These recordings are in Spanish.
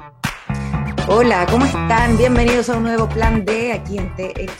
Hola, ¿cómo están? Bienvenidos a un nuevo Plan D aquí en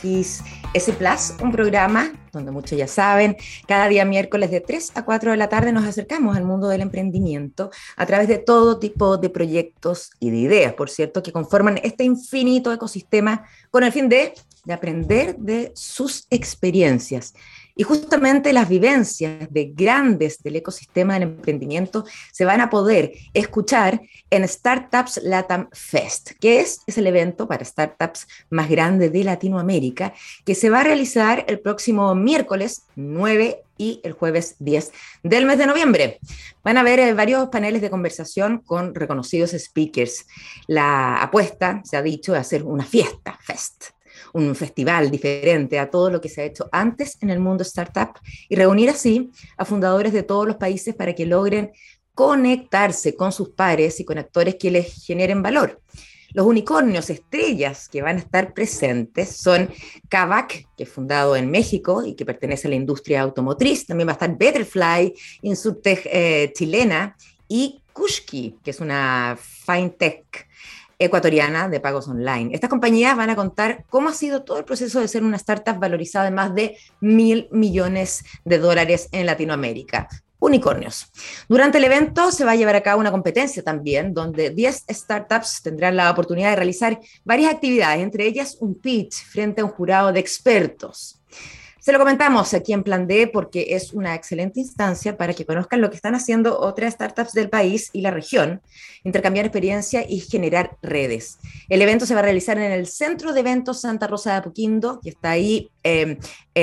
TXS Plus, un programa donde muchos ya saben, cada día miércoles de 3 a 4 de la tarde nos acercamos al mundo del emprendimiento a través de todo tipo de proyectos y de ideas, por cierto, que conforman este infinito ecosistema con el fin de aprender de sus experiencias. Y justamente las vivencias de grandes del ecosistema del emprendimiento se van a poder escuchar en Startups Latam Fest, que es el evento para startups más grande de Latinoamérica, que se va a realizar el próximo miércoles 9 y el jueves 10 del mes de noviembre. Van a haber varios paneles de conversación con reconocidos speakers. La apuesta, se ha dicho, es hacer una fiesta, fest, un festival diferente a todo lo que se ha hecho antes en el mundo startup y reunir así a fundadores de todos los países para que logren conectarse con sus pares y con actores que les generen valor. Los unicornios estrellas que van a estar presentes son Kavak, que es fundado en México y que pertenece a la industria automotriz. También va a estar Betterfly, Insurtech chilena, y Kushki, que es una fintech ecuatoriana de pagos online. Estas compañías van a contar cómo ha sido todo el proceso de ser una startup valorizada en más de $1.000 millones en Latinoamérica. Unicornios. Durante el evento se va a llevar a cabo una competencia también, donde 10 startups tendrán la oportunidad de realizar varias actividades, entre ellas un pitch frente a un jurado de expertos. Se lo comentamos aquí en Plan D porque es una excelente instancia para que conozcan lo que están haciendo otras startups del país y la región, intercambiar experiencia y generar redes. El evento se va a realizar en el Centro de Eventos Santa Rosa de Apoquindo, que está ahí en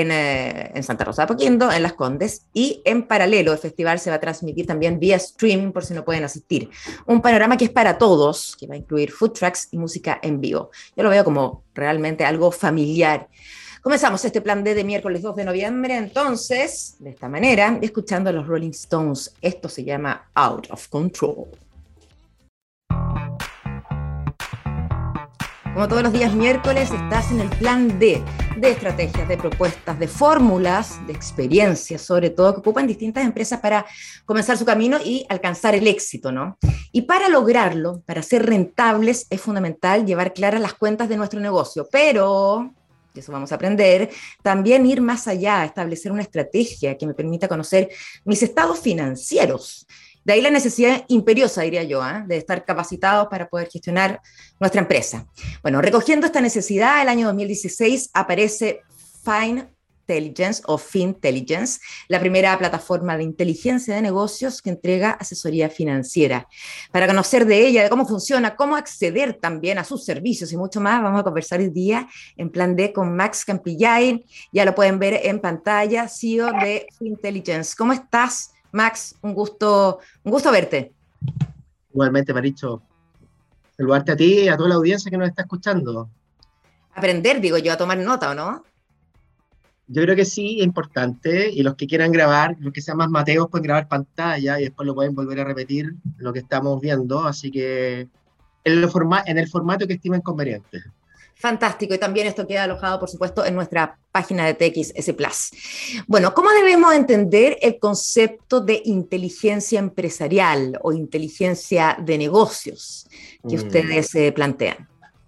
Santa Rosa de Apoquindo, en Las Condes, y en paralelo el festival se va a transmitir también vía streaming por si no pueden asistir. Un panorama que es para todos, que va a incluir food trucks y música en vivo. Yo lo veo como realmente algo familiar. Comenzamos este Plan D de miércoles 2 de noviembre, entonces, de esta manera, escuchando a los Rolling Stones. Esto se llama Out of Control. Como todos los días miércoles, estás en el Plan D de estrategias, de propuestas, de fórmulas, de experiencias, sobre todo, que ocupan distintas empresas para comenzar su camino y alcanzar el éxito, ¿no? Y para lograrlo, para ser rentables, es fundamental llevar claras las cuentas de nuestro negocio, pero de eso vamos a aprender, también ir más allá, establecer una estrategia que me permita conocer mis estados financieros. De ahí la necesidad imperiosa, diría yo, de estar capacitados para poder gestionar nuestra empresa. Bueno, recogiendo esta necesidad, el año 2016 aparece Fintelligence o Fintelligence, la primera plataforma de inteligencia de negocios que entrega asesoría financiera. Para conocer de ella, de cómo funciona, cómo acceder también a sus servicios y mucho más, vamos a conversar hoy día en Plan D con Max Campillain. Ya lo pueden ver en pantalla, CEO de Fintelligence. ¿Cómo estás, Max? Un gusto verte. Igualmente, Maricho, saludarte a ti y a toda la audiencia que nos está escuchando. Aprender, digo yo, a tomar nota, ¿o no? Yo creo que sí, es importante, y los que quieran grabar, los que sean más mateos, pueden grabar pantalla y después lo pueden volver a repetir lo que estamos viendo, así que en el formato que estimen conveniente. Fantástico, y también esto queda alojado, por supuesto, en nuestra página de TXS Plus. Bueno, ¿cómo debemos entender el concepto de inteligencia empresarial o inteligencia de negocios que ustedes plantean?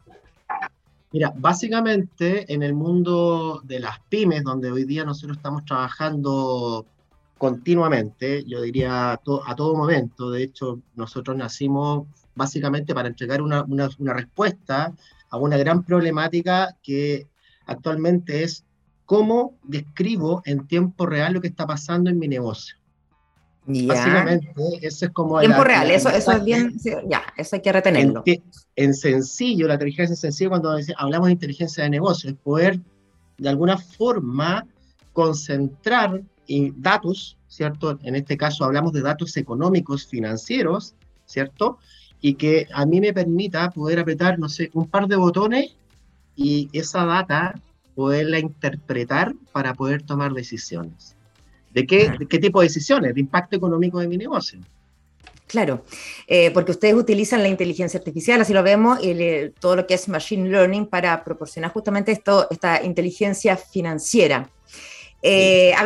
Mira, básicamente en el mundo de las pymes, donde hoy día nosotros estamos trabajando continuamente, yo diría a todo momento. De hecho, nosotros nacimos básicamente para entregar una respuesta a una gran problemática que actualmente es cómo describo en tiempo real lo que está pasando en mi negocio. Ya, Básicamente, eso es como tiempo real, eso es bien, sí, ya, eso hay que en, retenerlo. en sencillo, la inteligencia sencilla, cuando hablamos de inteligencia de negocio, es poder de alguna forma concentrar datos, ¿cierto? En este caso hablamos de datos económicos, financieros, ¿cierto? Y que a mí me permita poder apretar, no sé, un par de botones y esa data poderla interpretar para poder tomar decisiones. ¿De qué tipo de decisiones? De impacto económico de mi negocio. Claro, porque ustedes utilizan la inteligencia artificial, así lo vemos, y todo lo que es machine learning para proporcionar justamente esta inteligencia financiera. A ver,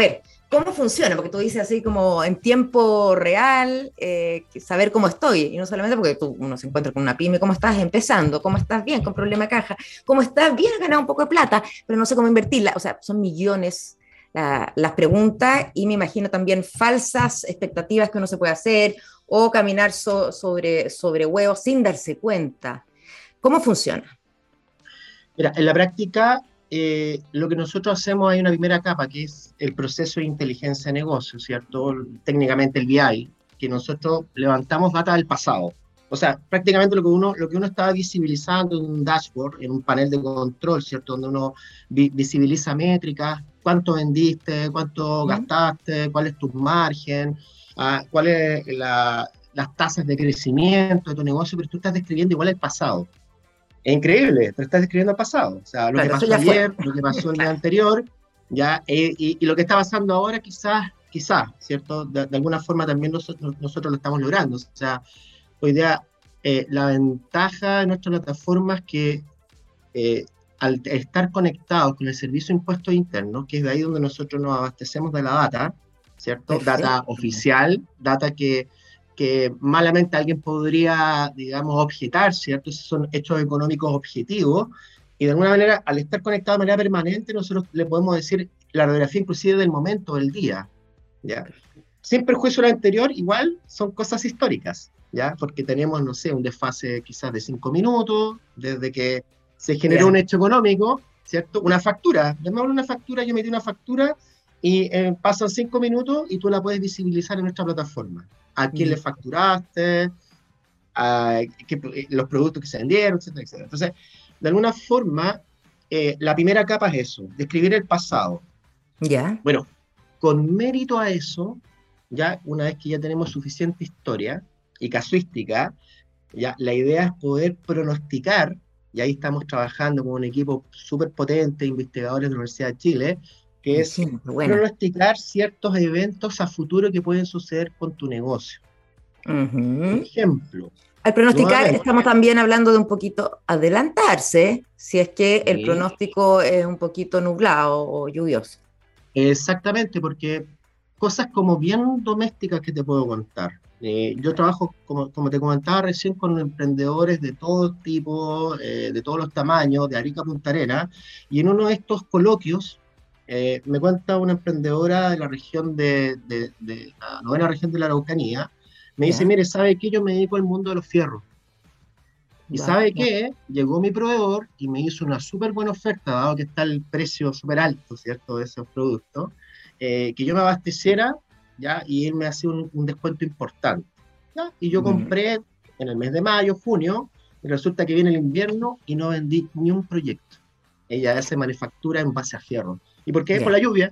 ¿Cómo funciona? Porque tú dices así como en tiempo real, saber cómo estoy, y no solamente porque uno se encuentra con una pyme, ¿cómo estás empezando? ¿Cómo estás bien con problema de caja? ¿Cómo estás bien? Has ganado un poco de plata, pero no sé cómo invertirla. O sea, son millones las preguntas y me imagino también falsas expectativas que uno se puede hacer o caminar sobre huevos sin darse cuenta. ¿Cómo funciona? Mira, en la práctica, lo que nosotros hacemos, hay una primera capa, que es el proceso de inteligencia de negocio, ¿cierto? Técnicamente el BI, que nosotros levantamos data del pasado. O sea, prácticamente lo que uno está visibilizando en un dashboard, en un panel de control, ¿cierto? Donde uno visibiliza métricas, cuánto vendiste, cuánto ¿Mm? gastaste, cuál es tu margen, cuáles las tasas de crecimiento de tu negocio, pero tú estás describiendo igual el pasado. Es increíble, pero estás describiendo el pasado, o sea, lo que Claro, eso pasó ya fue. ayer, lo que pasó el día Claro. anterior, ya, y lo que está pasando ahora quizás, ¿cierto? De alguna forma también nosotros lo estamos logrando, o sea, hoy día la ventaja de nuestra plataforma es que eh, al estar conectados con el servicio de impuestos internos, que es de ahí donde nosotros nos abastecemos de la data, ¿cierto? Data Perfecto. oficial, data que malamente alguien podría, digamos, objetar, ¿cierto? Esos son hechos económicos objetivos, y de alguna manera, al estar conectados de manera permanente, nosotros le podemos decir la radiografía inclusive del momento, del día, ¿ya? Sin perjuicio de lo anterior, igual son cosas históricas, ¿ya? Porque tenemos, no sé, un desfase quizás de 5 minutos, desde que se generó un Ya. hecho económico, ¿cierto? Una factura, llamémosle una factura, yo metí una factura y pasan 5 minutos y tú la puedes visibilizar en nuestra plataforma. A quién le Ya. facturaste, los productos que se vendieron, etcétera, etcétera. Entonces, de alguna forma, la primera capa es eso, describir el pasado. Ya. Bueno, con mérito a eso, ya una vez que ya tenemos suficiente historia y casuística, ya la idea es poder pronosticar, y ahí estamos trabajando con un equipo súper potente, investigadores de la Universidad de Chile, que es Imagínate, buena. pronosticar ciertos eventos a futuro que pueden suceder con tu negocio. Ujú. Ejemplo, Al pronosticar, nuevamente, estamos también hablando de un poquito adelantarse, si es que el sí, pronóstico es un poquito nublado o lluvioso. exactamente, porque cosas como bien domésticas que te puedo contar. Yo trabajo, como te comentaba recién, con emprendedores de todo tipo, de todos los tamaños, de Arica a Punta Arenas, y en uno de estos coloquios me cuenta una emprendedora de la región de la novena región de la Araucanía, me dice, Ya, mire, ¿sabe qué? Yo me dedico al mundo de los fierros. Y va, sabe ya. qué, llegó mi proveedor y me hizo una súper buena oferta, dado que está el precio súper alto, ¿cierto?, de esos productos, que yo me abasteciera, ¿ya? Y él me hacía un descuento importante, ¿ya? Y yo Mm, compré en el mes de mayo, junio, y resulta que viene el invierno y no vendí ni un proyecto. Ella hace manufactura en base a fierro. ¿Y por qué? Por ya, la lluvia,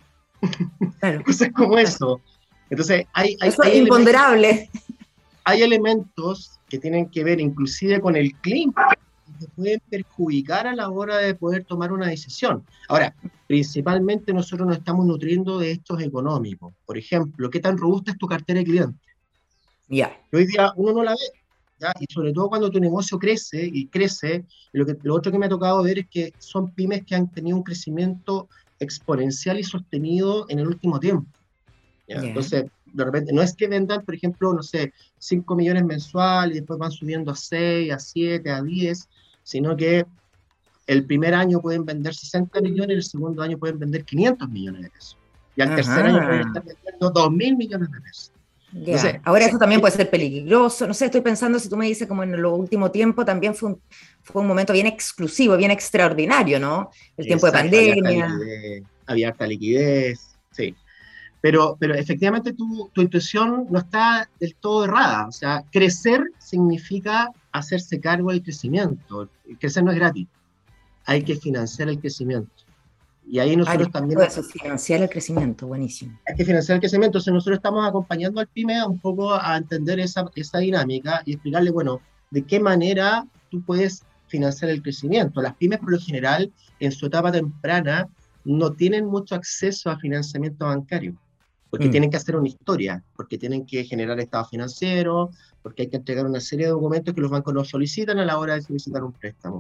claro, cosas como claro. eso. Entonces, Eso es imponderable. hay elementos que tienen que ver inclusive con el clima que pueden perjudicar a la hora de poder tomar una decisión. Ahora, principalmente nosotros nos estamos nutriendo de estos económicos. Por ejemplo, ¿qué tan robusta es tu cartera de clientes? Ya. Hoy día uno no la ve, ¿ya? Y sobre todo cuando tu negocio crece y crece, lo otro que me ha tocado ver es que son pymes que han tenido un crecimiento exponencial y sostenido en el último tiempo. ¿Ya? Ya. Entonces, de repente, no es que vendan, por ejemplo, no sé, 5 millones mensuales y después van subiendo a 6 a 7 a 10, sino que el primer año pueden vender 60 millones y el segundo año pueden vender 500 millones de pesos. Y al tercer año pueden Ajá. estar vendiendo 2.000 millones de pesos. Entonces, Ya. Ahora eso también puede ser peligroso. No sé, estoy pensando si tú me dices como en lo último tiempo también fue un momento bien exclusivo, bien extraordinario, ¿no? El tiempo de exacto, pandemia. había harta liquidez, sí. Pero efectivamente tu intuición no está del todo errada. O sea, crecer significa hacerse cargo del crecimiento. Crecer no es gratis, hay que financiar el crecimiento. Y ahí Ah, yo nosotros también eso, financiar el crecimiento, buenísimo. hay que financiar el crecimiento. Entonces nosotros estamos acompañando al PYME un poco a entender esa dinámica y explicarle, bueno, de qué manera tú puedes financiar el crecimiento. Las pymes por lo general en su etapa temprana no tienen mucho acceso a financiamiento bancario, porque Mm, tienen que hacer una historia, porque tienen que generar estados financieros, porque hay que entregar una serie de documentos que los bancos nos solicitan a la hora de solicitar un préstamo.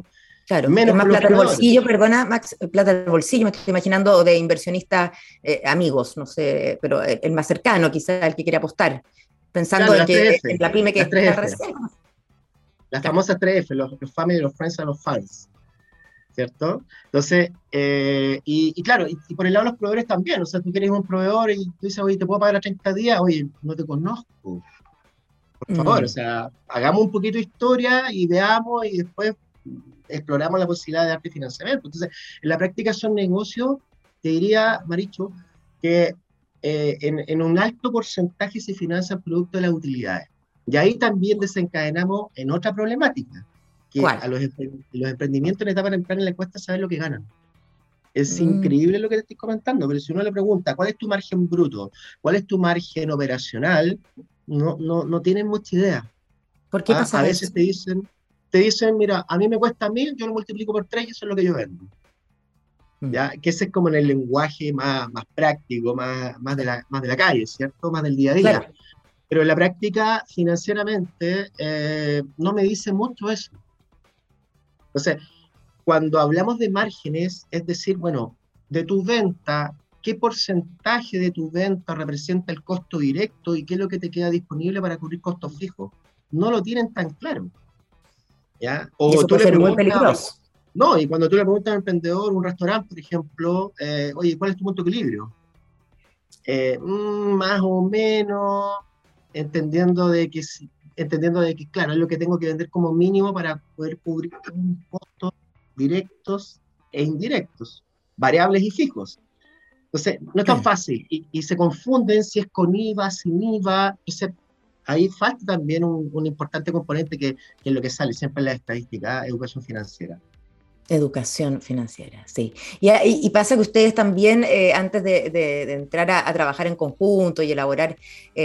Claro, es menos más con los plata al proveedores. bolsillo, perdona, Max, plata al bolsillo, me estoy imaginando de inversionistas amigos, no sé, pero el más cercano, quizá el que quiere apostar, pensando Claro, en las tres que en F, la pyme que las tres está F, recién. las Claro. famosas tres F, los family, los friends and los fans, ¿cierto? Entonces, y claro, y por el lado de los proveedores también, o sea, tú quieres un proveedor y tú dices, oye, ¿te puedo pagar a 30 días? Oye, no te conozco, por favor, o Mm, sea, hagamos un poquito de historia y veamos y después exploramos la posibilidad de darte financiamiento. Entonces, en la práctica son negocios, te diría, Maricho, que en un alto porcentaje se financian producto de las utilidades. Y ahí también desencadenamos en otra problemática, que ¿Cuál? a los emprendimientos en etapa temprana les cuesta saber lo que ganan. Es Mm, increíble lo que te estoy comentando, pero si uno le pregunta cuál es tu margen bruto, cuál es tu margen operacional, no tienen mucha idea. ¿Por qué ¿Ah? A pasará veces eso? te dicen, mira, a mí me cuesta 1000, yo lo multiplico por 3 y eso es lo que yo vendo. Mm, ¿Ya? Que ese es como en el lenguaje más práctico, más de la calle, ¿cierto? Más del día a día. claro. Pero en la práctica, financieramente, no me dice mucho eso. Entonces, cuando hablamos de márgenes, es decir, bueno, de tu venta, ¿qué porcentaje de tu venta representa el costo directo y qué es lo que te queda disponible para cubrir costos fijos? No lo tienen tan claro, ¿ya? Y O eso tú puede le ser muy preguntas, peligroso. no, y cuando tú le preguntas a un emprendedor, un restaurante, por ejemplo, oye, ¿cuál es tu punto de equilibrio? Más o menos, entendiendo de que, entendiendo de que, claro, es lo que tengo que vender como mínimo para poder cubrir mis costos directos e indirectos, variables y fijos. Entonces, no es tan Claro. fácil y se confunden si es con IVA, sin IVA. Entonces, ahí falta también un importante componente que es lo que sale siempre en la estadística, educación financiera. Educación financiera, sí. Y pasa que ustedes también, antes de entrar a trabajar en conjunto y elaborar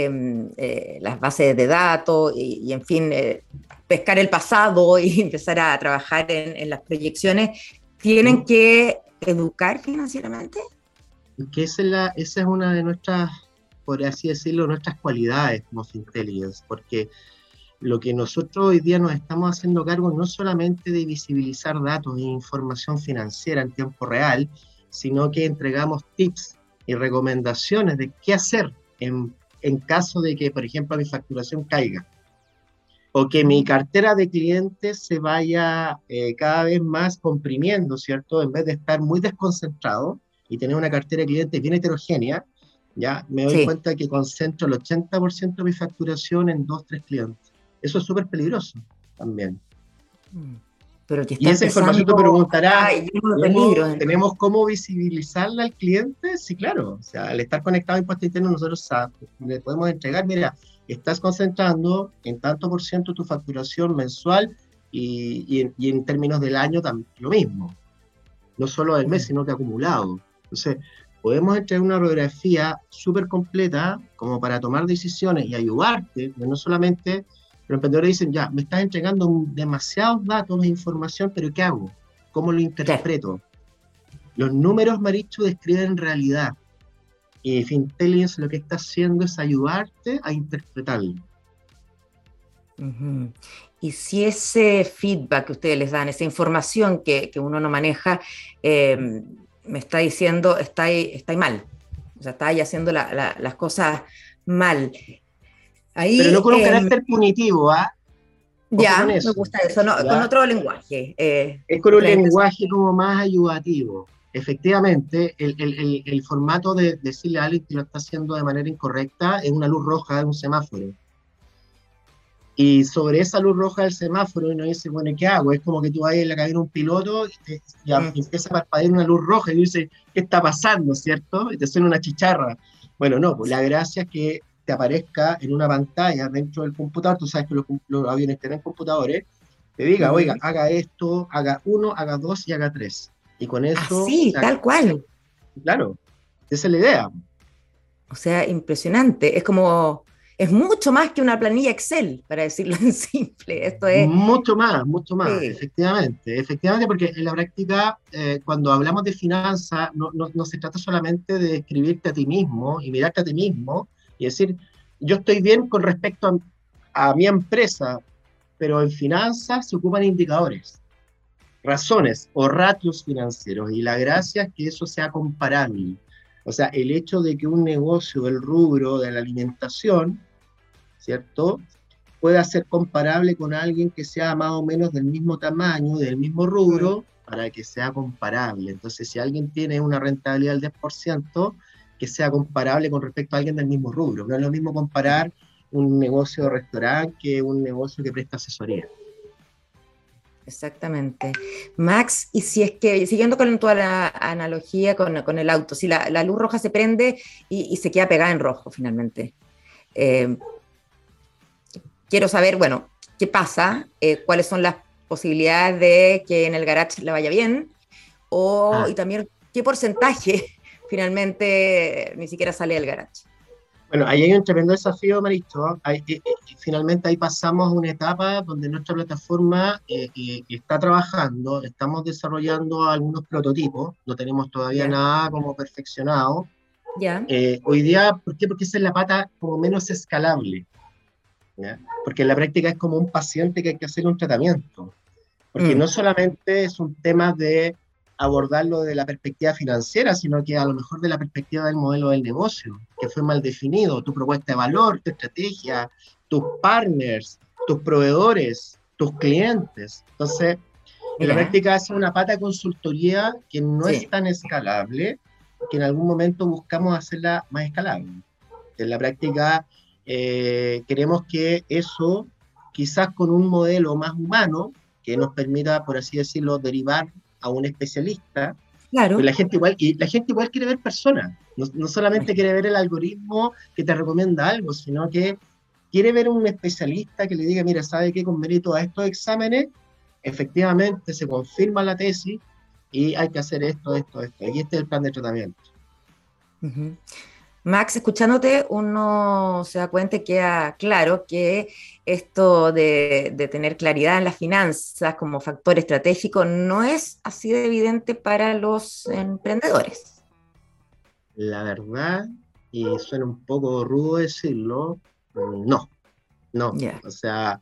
las bases de datos y en fin, pescar el pasado y empezar a trabajar en las proyecciones, tienen ¿Mm? que educar financieramente. Que esa es una de nuestras, por así decirlo, nuestras cualidades como Fintelligence, porque lo que nosotros hoy día nos estamos haciendo cargo no solamente de visibilizar datos e información financiera en tiempo real, sino que entregamos tips y recomendaciones de qué hacer en caso de que, por ejemplo, mi facturación caiga o que mi cartera de clientes se vaya cada vez más comprimiendo, ¿cierto? En vez de estar muy desconcentrado y tener una cartera de clientes bien heterogénea, ya me doy Sí. cuenta que concentro el 80% de mi facturación en dos, tres clientes. Eso es súper peligroso también. Mm. Pero que Y está esa información te empezando, preguntarás, está lleno de peligros. Entonces. ¿tenemos cómo visibilizarla al cliente? Sí, claro. O sea, al estar conectado a impuesto interno, nosotros le podemos entregar, mira, estás concentrando en tanto por ciento tu facturación mensual y en términos del año también lo mismo. No solo del mes, Mm. sino que acumulado. Entonces, podemos entregar una radiografía súper completa como para tomar decisiones y ayudarte, no solamente los emprendedores dicen, ya, me estás entregando demasiados datos e información, pero ¿qué hago? ¿Cómo lo Claro. interpreto? Los números, Marichu, describen realidad. Y Fintelligence lo que está haciendo es ayudarte a interpretarlo. Ujú. Y si ese feedback que ustedes les dan, esa información que uno no maneja, me está diciendo, está ahí mal, o sea, está ahí haciendo las cosas mal. Pero no Ahí con un carácter punitivo, ¿ah? Ojo con ya me eso, gusta eso, no, con ¿ya? otro lenguaje, Es con un otra intención. lenguaje como más ayudativo. Efectivamente, el formato de decirle a alguien que lo está haciendo de manera incorrecta es una luz roja de un semáforo. Y sobre esa luz roja del semáforo uno dice, bueno, ¿y qué hago? Es como que tú vas en la cabina de un piloto Mm, y empieza a parpadear una luz roja y dices, ¿qué está pasando? ¿Cierto? Y te suena una chicharra. Bueno, no, pues la gracia es que te aparezca en una pantalla dentro del computador, tú sabes que los aviones tienen computadores, te diga, oiga, ujú. haga esto, haga uno, haga dos y haga tres. Y con eso, o Así, sea, tal cual. claro, esa es la idea. O sea, impresionante. Es mucho más que una planilla Excel, para decirlo en simple. Esto es, Mucho más, sí. efectivamente. Efectivamente, porque en la práctica, cuando hablamos de finanzas, no se trata solamente de escribirte a ti mismo y mirarte a ti mismo y decir, yo estoy bien con respecto a mi empresa, pero en finanzas se ocupan indicadores. razones o ratios financieros, y la gracia es que eso sea comparable. O sea, el hecho de que un negocio del rubro de la alimentación, ¿cierto?, pueda ser comparable con alguien que sea más o menos del mismo tamaño, del mismo Mm. rubro, para que sea comparable. Entonces, si alguien tiene una rentabilidad del 10%, que sea comparable con respecto a alguien del mismo rubro. No es lo mismo Claro. comparar un negocio de restaurante que un negocio que presta asesoría. Exactamente. Max, y si es que, siguiendo con toda la analogía con el auto, si la luz roja se prende y se queda pegada en rojo finalmente, eh, quiero saber, bueno, qué pasa, cuáles son las posibilidades de que en el garage le vaya bien, y Ah, también qué porcentaje finalmente ni siquiera sale del garage. bueno, ahí hay un tremendo desafío, Maristo. Finalmente ahí pasamos a una etapa donde nuestra plataforma está trabajando, estamos desarrollando algunos prototipos, no tenemos todavía Ya, nada como perfeccionado. ya. Hoy día, ¿por qué? Porque esa es la pata como menos escalable, ¿ya? Porque en la práctica es como un paciente que hay que hacer un tratamiento, porque Mm, no solamente es un tema de abordarlo de la perspectiva financiera, sino que a lo mejor de la perspectiva del modelo del negocio, que fue mal definido, tu propuesta de valor, tu estrategia, tus partners, tus proveedores, tus clientes. Entonces, en la mira, práctica hace una pata de consultoría que no es sí. tan escalable, que en algún momento buscamos hacerla más escalable. En la práctica queremos que eso, quizás con un modelo más humano, que nos permita, por así decirlo, derivar a un especialista, pues Claro. la gente igual quiere ver personas, no solamente quiere ver el algoritmo que te recomienda algo, sino que quiere ver un especialista que le diga, mira, ¿sabe qué? Con mérito a estos exámenes, efectivamente se confirma la tesis y hay que hacer esto, esto, esto. Y este es el plan de tratamiento. Ujú. Max, escuchándote, uno se da cuenta y queda claro que esto de tener claridad en las finanzas como factor estratégico no es así de evidente para los emprendedores. La verdad, y suena un poco rudo decirlo, no, no. Ya. O sea,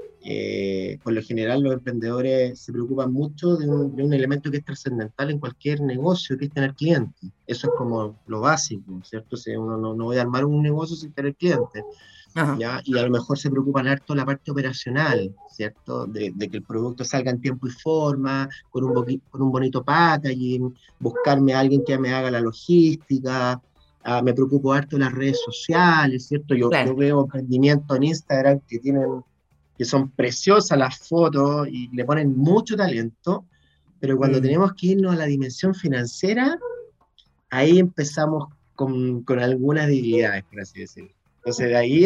por lo general los emprendedores se preocupan mucho de un elemento que es trascendental en cualquier negocio, que es tener clientes. Eso es como lo básico, ¿cierto? Si uno no voy a armar un negocio sin tener clientes, Ajá. ¿ya? Y a lo mejor se preocupan harto la parte operacional, ¿cierto? De que el producto salga en tiempo y forma, con un bonito packaging, buscarme a alguien que me haga la logística. Me preocupo harto de las redes sociales, ¿cierto? Yo Claro. veo emprendimientos en Instagram que son preciosas las fotos y le ponen mucho talento, pero cuando Mm. tenemos que irnos a la dimensión financiera, ahí empezamos con algunas debilidades, por así decirlo. Entonces de ahí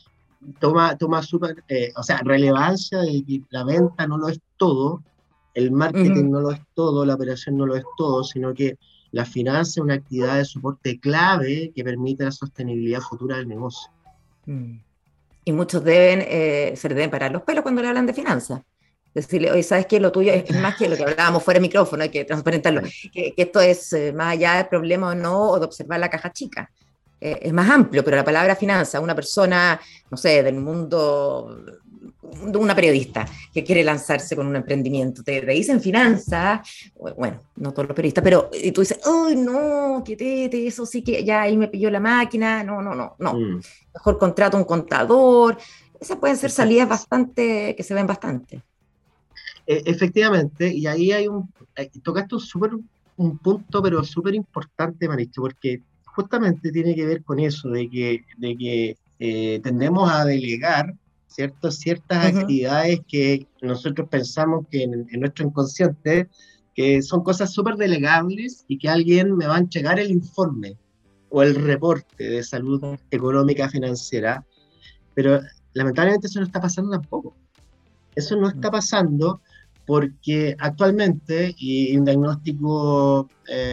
toma súper, o sea, relevancia de que la venta no lo es todo, el marketing Ujú. no lo es todo, la operación no lo es todo, sino que la finanza es una actividad de soporte clave que permite la sostenibilidad futura del negocio. Mm. Y muchos se le deben parar los pelos cuando le hablan de finanzas. Decirle, oye, ¿sabes qué? Lo tuyo es más que lo que hablábamos fuera de micrófono, hay que transparentarlo. Que esto es más allá del problema o no, o de observar la caja chica. Es más amplio, pero la palabra finanza, una persona, no sé, del mundo, una periodista que quiere lanzarse con un emprendimiento, te dicen finanza, bueno, no todos los periodistas, pero y tú dices, uy, no, qué tete, eso sí que ya ahí me pilló la máquina, no, no, no, no. Mm, Mejor contrato un contador. Esas pueden ser exacto. salidas bastante, que se ven bastante. Efectivamente, y ahí tocaste un punto, pero súper importante, Maricho, porque justamente tiene que ver con eso, de que tendemos a delegar, ¿cierto? Ciertas Uh -huh. actividades que nosotros pensamos que en nuestro inconsciente, que son cosas súper delegables y que alguien me va a entregar el informe o el reporte de salud económica financiera, pero lamentablemente eso no está pasando tampoco. Eso no está pasando porque actualmente, y un diagnóstico,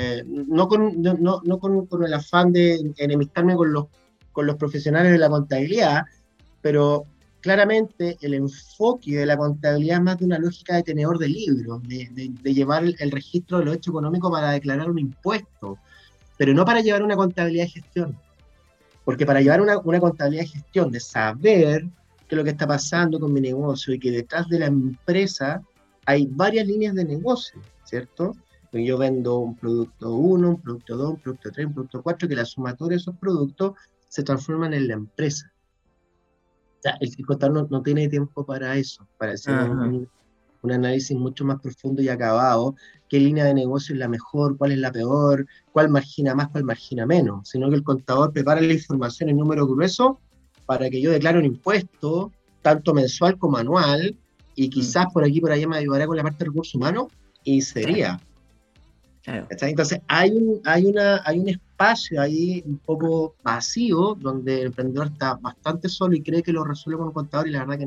no con el afán de enemistarme con los profesionales de la contabilidad, pero claramente el enfoque de la contabilidad es más de una lógica de tenedor de libros, de llevar el registro de los hechos económicos para declarar un impuesto, pero no para llevar una contabilidad de gestión. Porque para llevar una contabilidad de gestión, de saber qué es lo que está pasando con mi negocio y que detrás de la empresa hay varias líneas de negocio, ¿cierto? Yo vendo un producto 1, un producto 2, un producto 3, un producto 4, que la sumatoria de esos productos se transforman en la empresa. O sea, el contador no tiene tiempo para eso, para hacer Ajá. un análisis mucho más profundo y acabado, qué línea de negocio es la mejor, cuál es la peor, cuál margina más, cuál margina menos, sino que el contador prepara la información en número grueso para que yo declare un impuesto, tanto mensual como anual, y Mm, quizás por aquí por allá me ayudará con la parte de recursos humanos, y claro, sería. claro. ¿Cachai? Entonces, hay un espacio ahí un poco vacío donde el emprendedor está bastante solo y cree que lo resuelve con un contador y la verdad que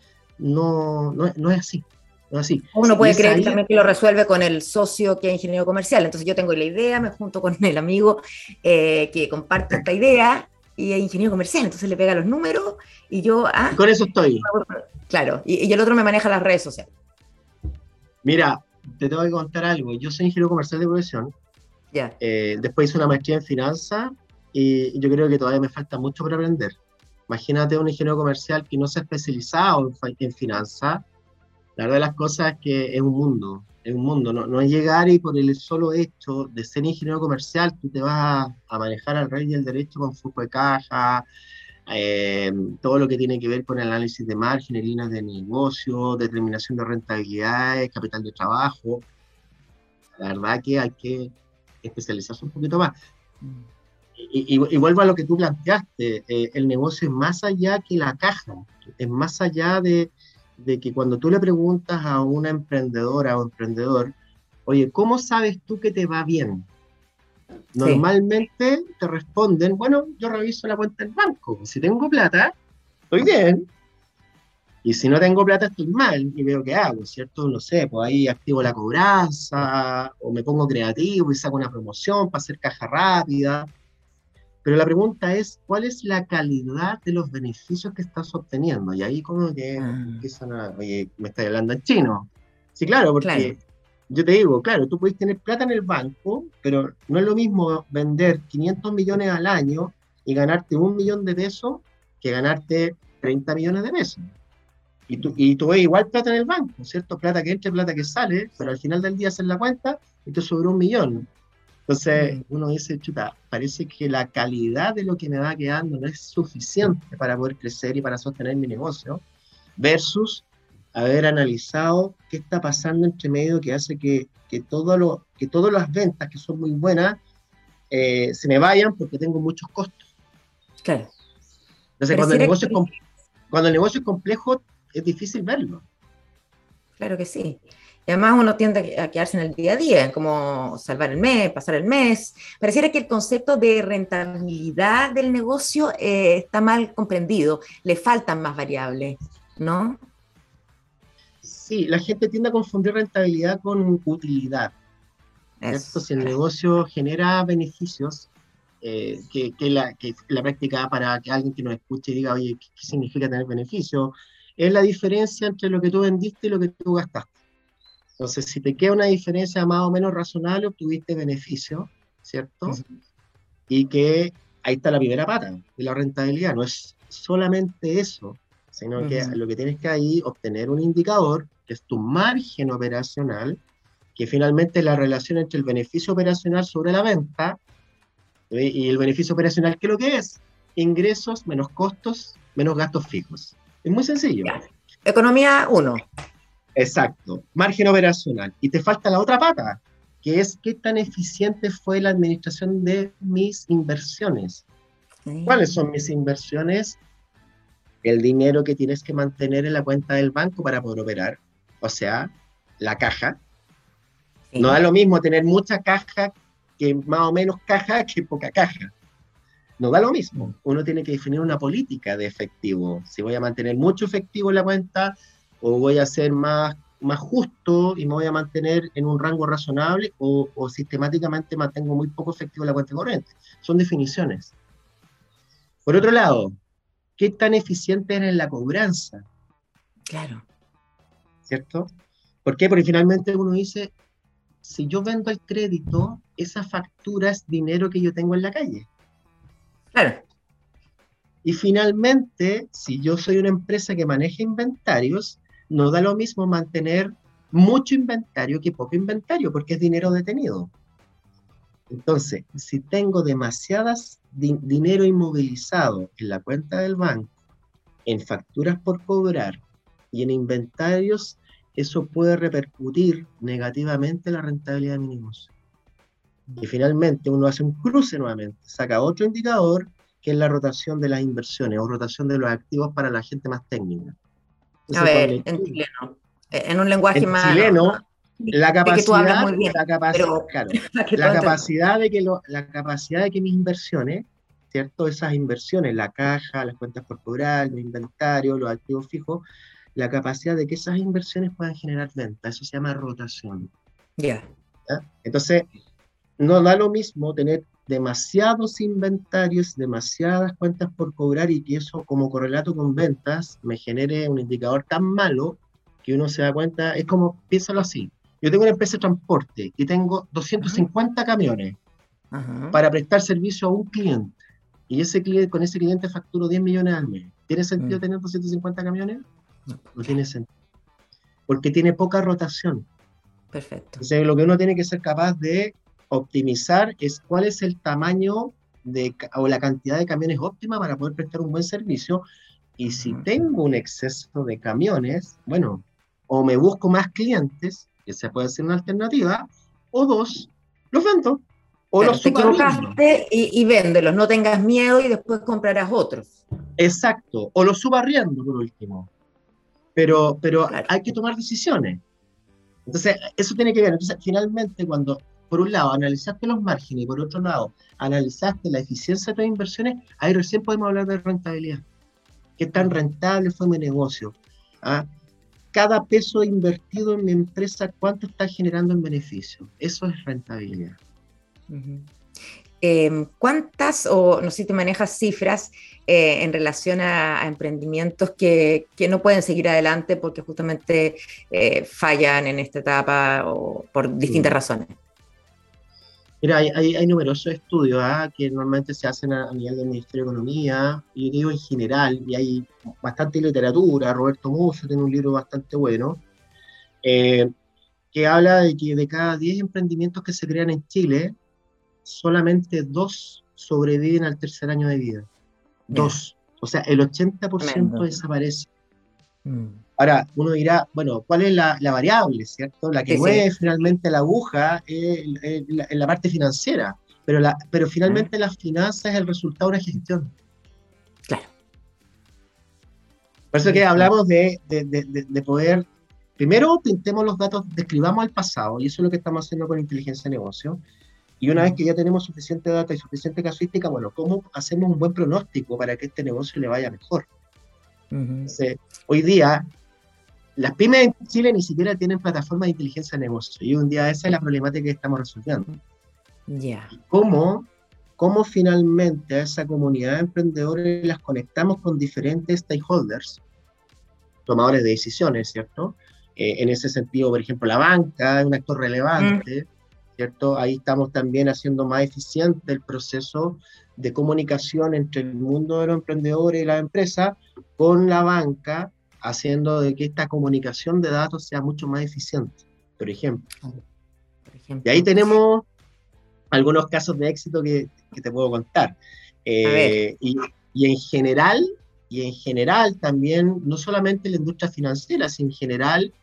no es así. No es así. Uno Y puede es creer ahí, también que lo resuelve con el socio que es ingeniero comercial. Entonces yo tengo la idea, me junto con el amigo que comparte esta idea y es ingeniero comercial. Entonces le pega los números y yo, y con eso estoy. claro, y el otro me maneja las redes sociales. Mira, te tengo que contar algo. Yo soy ingeniero comercial de profesión. Ya, Después hice una maestría en finanzas y yo creo que todavía me falta mucho por aprender. Imagínate un ingeniero comercial que no se ha especializado en finanzas. La verdad de las cosas es que es un mundo, no es llegar y por el solo hecho de ser ingeniero comercial, tú te vas a manejar al rey del derecho con flujo de caja, todo lo que tiene que ver con el análisis de márgenes, líneas de negocio, determinación de rentabilidades, capital de trabajo. La verdad que hay que especializarse un poquito más. Y vuelvo a lo que tú planteaste, el negocio es más allá que la caja, es más allá de que cuando tú le preguntas a una emprendedora o emprendedor, oye, ¿cómo sabes tú que te va bien? sí, Normalmente te responden, bueno, yo reviso la cuenta del banco, si tengo plata, estoy bien, y si no tengo plata, estoy mal, y veo qué hago, ¿cierto? No sé, pues ahí activo la cobranza, o me pongo creativo y saco una promoción para hacer caja rápida. Pero la pregunta es, ¿cuál es la calidad de los beneficios que estás obteniendo? Y ahí como que ah, empiezan a, oye, me estás hablando en chino. Sí, claro, claro, porque yo te digo, claro, tú puedes tener plata en el banco, pero no es lo mismo vender 500 millones al año y ganarte 1 millón de pesos que ganarte 30 millones de pesos. Y tú ves igual plata en el banco, ¿cierto? Plata que entra, plata que sale, pero al final del día haces la cuenta y te sobró 1 millón. Entonces mm, uno dice, chuta, parece que la calidad de lo que me va quedando no es suficiente para poder crecer y para sostener mi negocio, versus haber analizado qué está pasando entre medio que hace que todas las ventas que son muy buenas se me vayan porque tengo muchos costos. claro. Entonces Pareciera que, cuando el negocio es complejo es difícil verlo. claro que sí. Y además uno tiende a quedarse en el día a día, como salvar el mes, pasar el mes. Pareciera que el concepto de rentabilidad del negocio está mal comprendido, le faltan más variables, ¿no? Sí, la gente tiende a confundir rentabilidad con utilidad, ¿cierto? Eso, Si el claro. negocio genera beneficios, que la práctica para que alguien que nos escuche diga, oye, ¿qué significa tener beneficios? Es la diferencia entre lo que tú vendiste y lo que tú gastaste. Entonces, si te queda una diferencia más o menos razonable, obtuviste beneficio, ¿cierto? Ujú, Y que ahí está la primera pata de la rentabilidad. No es solamente eso, sino que ujú. lo que tienes que ahí obtener un indicador, que es tu margen operacional, que finalmente es la relación entre el beneficio operacional sobre la venta y el beneficio operacional, ¿qué es lo que es? Ingresos menos costos menos gastos fijos. Es muy sencillo. Ya. Economía uno. Exacto. Margen operacional. Y te falta la otra pata, que es qué tan eficiente fue la administración de mis inversiones. ¿Cuáles son mis inversiones? El dinero que tienes que mantener en la cuenta del banco para poder operar, o sea, la caja. No da Sí, lo mismo tener mucha caja que más o menos caja que poca caja. No da lo mismo. Uno tiene que definir una política de efectivo. Si voy a mantener mucho efectivo en la cuenta o voy a ser más justo y me voy a mantener en un rango razonable o sistemáticamente mantengo muy poco efectivo en la cuenta corriente. Son definiciones. Por otro lado, ¿qué tan eficiente eres en la cobranza? claro, ¿Cierto? ¿Por qué? Porque finalmente uno dice, si yo vendo el crédito, esa factura es dinero que yo tengo en la calle. claro. Y finalmente, si yo soy una empresa que maneja inventarios, no da lo mismo mantener mucho inventario que poco inventario, porque es dinero detenido. Entonces, si tengo demasiadas dinero inmovilizado en la cuenta del banco, en facturas por cobrar y en inventarios, eso puede repercutir negativamente en la rentabilidad de mi negocio. Y finalmente uno hace un cruce nuevamente, saca otro indicador que es la rotación de las inversiones o rotación de los activos para la gente más técnica. A Entonces, ver, en chileno, en un lenguaje en más, no, chileno, la sé que tú hablas capacidad, muy bien, pero claro, para que todo entendamos. la capacidad de que mis inversiones, ¿cierto? Esas inversiones, la caja, las cuentas por cobrar, los inventarios, los activos fijos, la capacidad de que esas inversiones puedan generar venta, eso se llama rotación. Ya. ¿Ya? Entonces, no da lo mismo tener demasiados inventarios, demasiadas cuentas por cobrar y que eso como correlato con ventas me genere un indicador tan malo que uno se da cuenta, es como, piénsalo así, yo tengo una empresa de transporte y tengo Ajá. 250 camiones Ajá. para prestar servicio a un cliente y ese cliente, con ese cliente facturo 10 millones al mes. ¿Tiene sentido Mm. tener 250 camiones? No, pues, No tiene claro. sentido, porque tiene poca rotación. Perfecto. Entonces, lo que uno tiene que ser capaz de optimizar es cuál es el tamaño o la cantidad de camiones óptima para poder prestar un buen servicio. Y si Ajá. tengo un exceso de camiones, bueno, o me busco más clientes, que se puede ser una alternativa, o dos, los vendo, o los Claro, te subarriendo. equivocaste y véndelos, no tengas miedo y después comprarás otros. Exacto, o los subarriendo por último. Pero Claro. hay que tomar decisiones. Entonces, eso tiene que ver. Entonces, finalmente, cuando, por un lado, analizaste los márgenes y por otro lado, analizaste la eficiencia de tus inversiones, ahí recién podemos hablar de rentabilidad. ¿Qué tan Ujú. rentable fue mi negocio? ¿Ah? Cada peso invertido en mi empresa, ¿cuánto está generando en beneficio? Eso es rentabilidad. Ujú. ¿Cuántas, o no sé si te manejas cifras en relación a emprendimientos que no pueden seguir adelante porque justamente fallan en esta etapa o por distintas Mm. razones? Mira, hay numerosos estudios que normalmente se hacen a nivel del Ministerio de Economía, y yo digo en general, y hay bastante literatura. Roberto Musso tiene un libro bastante bueno, eh, que habla de que de cada 10 emprendimientos que se crean en Chile, solamente 2 sobreviven al tercer año de vida. Ya, 2. O sea, el 80% tremendo. desaparece. Mm. Ahora, uno dirá, bueno, ¿cuál es la variable, cierto? La que Sí, sí. mueve finalmente la aguja es la parte financiera, pero Ah, finalmente las finanzas es el resultado de una gestión. claro. Por eso Ahí que está. hablamos de poder, primero pintemos los datos, describamos el pasado, y eso es lo que estamos haciendo con inteligencia de negocio. Y una vez Mm. que ya tenemos suficiente data y suficiente casuística, bueno, ¿cómo hacemos un buen pronóstico para que este negocio le vaya mejor? Ujú. Entonces, hoy día, las pymes en Chile ni siquiera tienen plataformas de inteligencia de negocio, y un día esa es la problemática que estamos resolviendo. Ya. ¿Y cómo finalmente a esa comunidad de emprendedores las conectamos con diferentes stakeholders, tomadores de decisiones, ¿cierto? En ese sentido, por ejemplo, la banca es un actor Mm. relevante, ¿cierto? Ahí estamos también haciendo más eficiente el proceso de comunicación entre el mundo de los emprendedores y la empresa con la banca, haciendo de que esta comunicación de datos sea mucho más eficiente, por ejemplo. Por Y ahí ejemplo. tenemos algunos casos de éxito que te puedo contar. A ver. Y en general también, no solamente la industria financiera, sino en general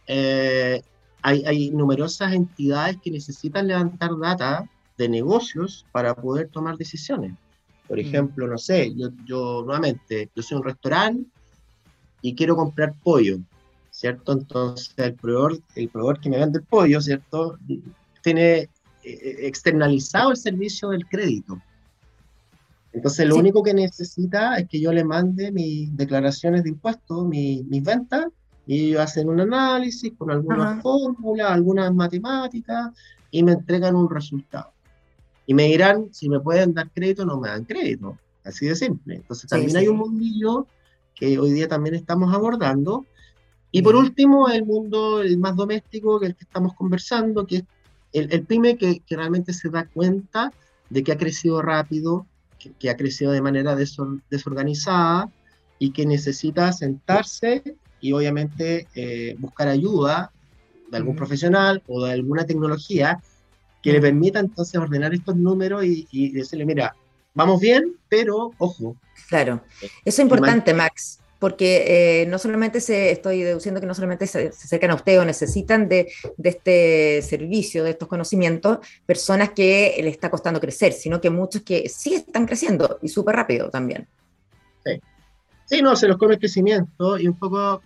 hay numerosas entidades que necesitan levantar data de negocios para poder tomar decisiones. Por Mm. ejemplo, no sé, yo nuevamente, yo soy un restaurante y quiero comprar pollo, ¿cierto? Entonces el proveedor que me vende el pollo, ¿cierto? Tiene externalizado el servicio del crédito. Entonces lo Sí. único que necesita es que yo le mande mis declaraciones de impuestos, mis ventas, y ellos hacen un análisis con algunas Ajá. fórmulas, algunas matemáticas, y me entregan un resultado. Y me dirán si me pueden dar crédito o no me dan crédito. Así de simple. Entonces Sí, también hay un sí. mundillo que hoy día también estamos abordando. Y por Ya. último, el mundo el más doméstico, que es el que estamos conversando, que es el pyme que realmente se da cuenta de que ha crecido rápido, que ha crecido de manera desorganizada y que necesita sentarse y obviamente buscar ayuda de algún Ujú. profesional o de alguna tecnología que le permita entonces ordenar estos números y decirle, mira, vamos bien, pero ojo, Claro, eh, eso es que man- importante, Max, porque no solamente estoy deduciendo que no solamente se acercan a usted o necesitan de este servicio, de estos conocimientos, personas que le está costando crecer, sino que muchos que sí están creciendo y súper rápido también. sí. Sí, no, se los come el crecimiento y un poco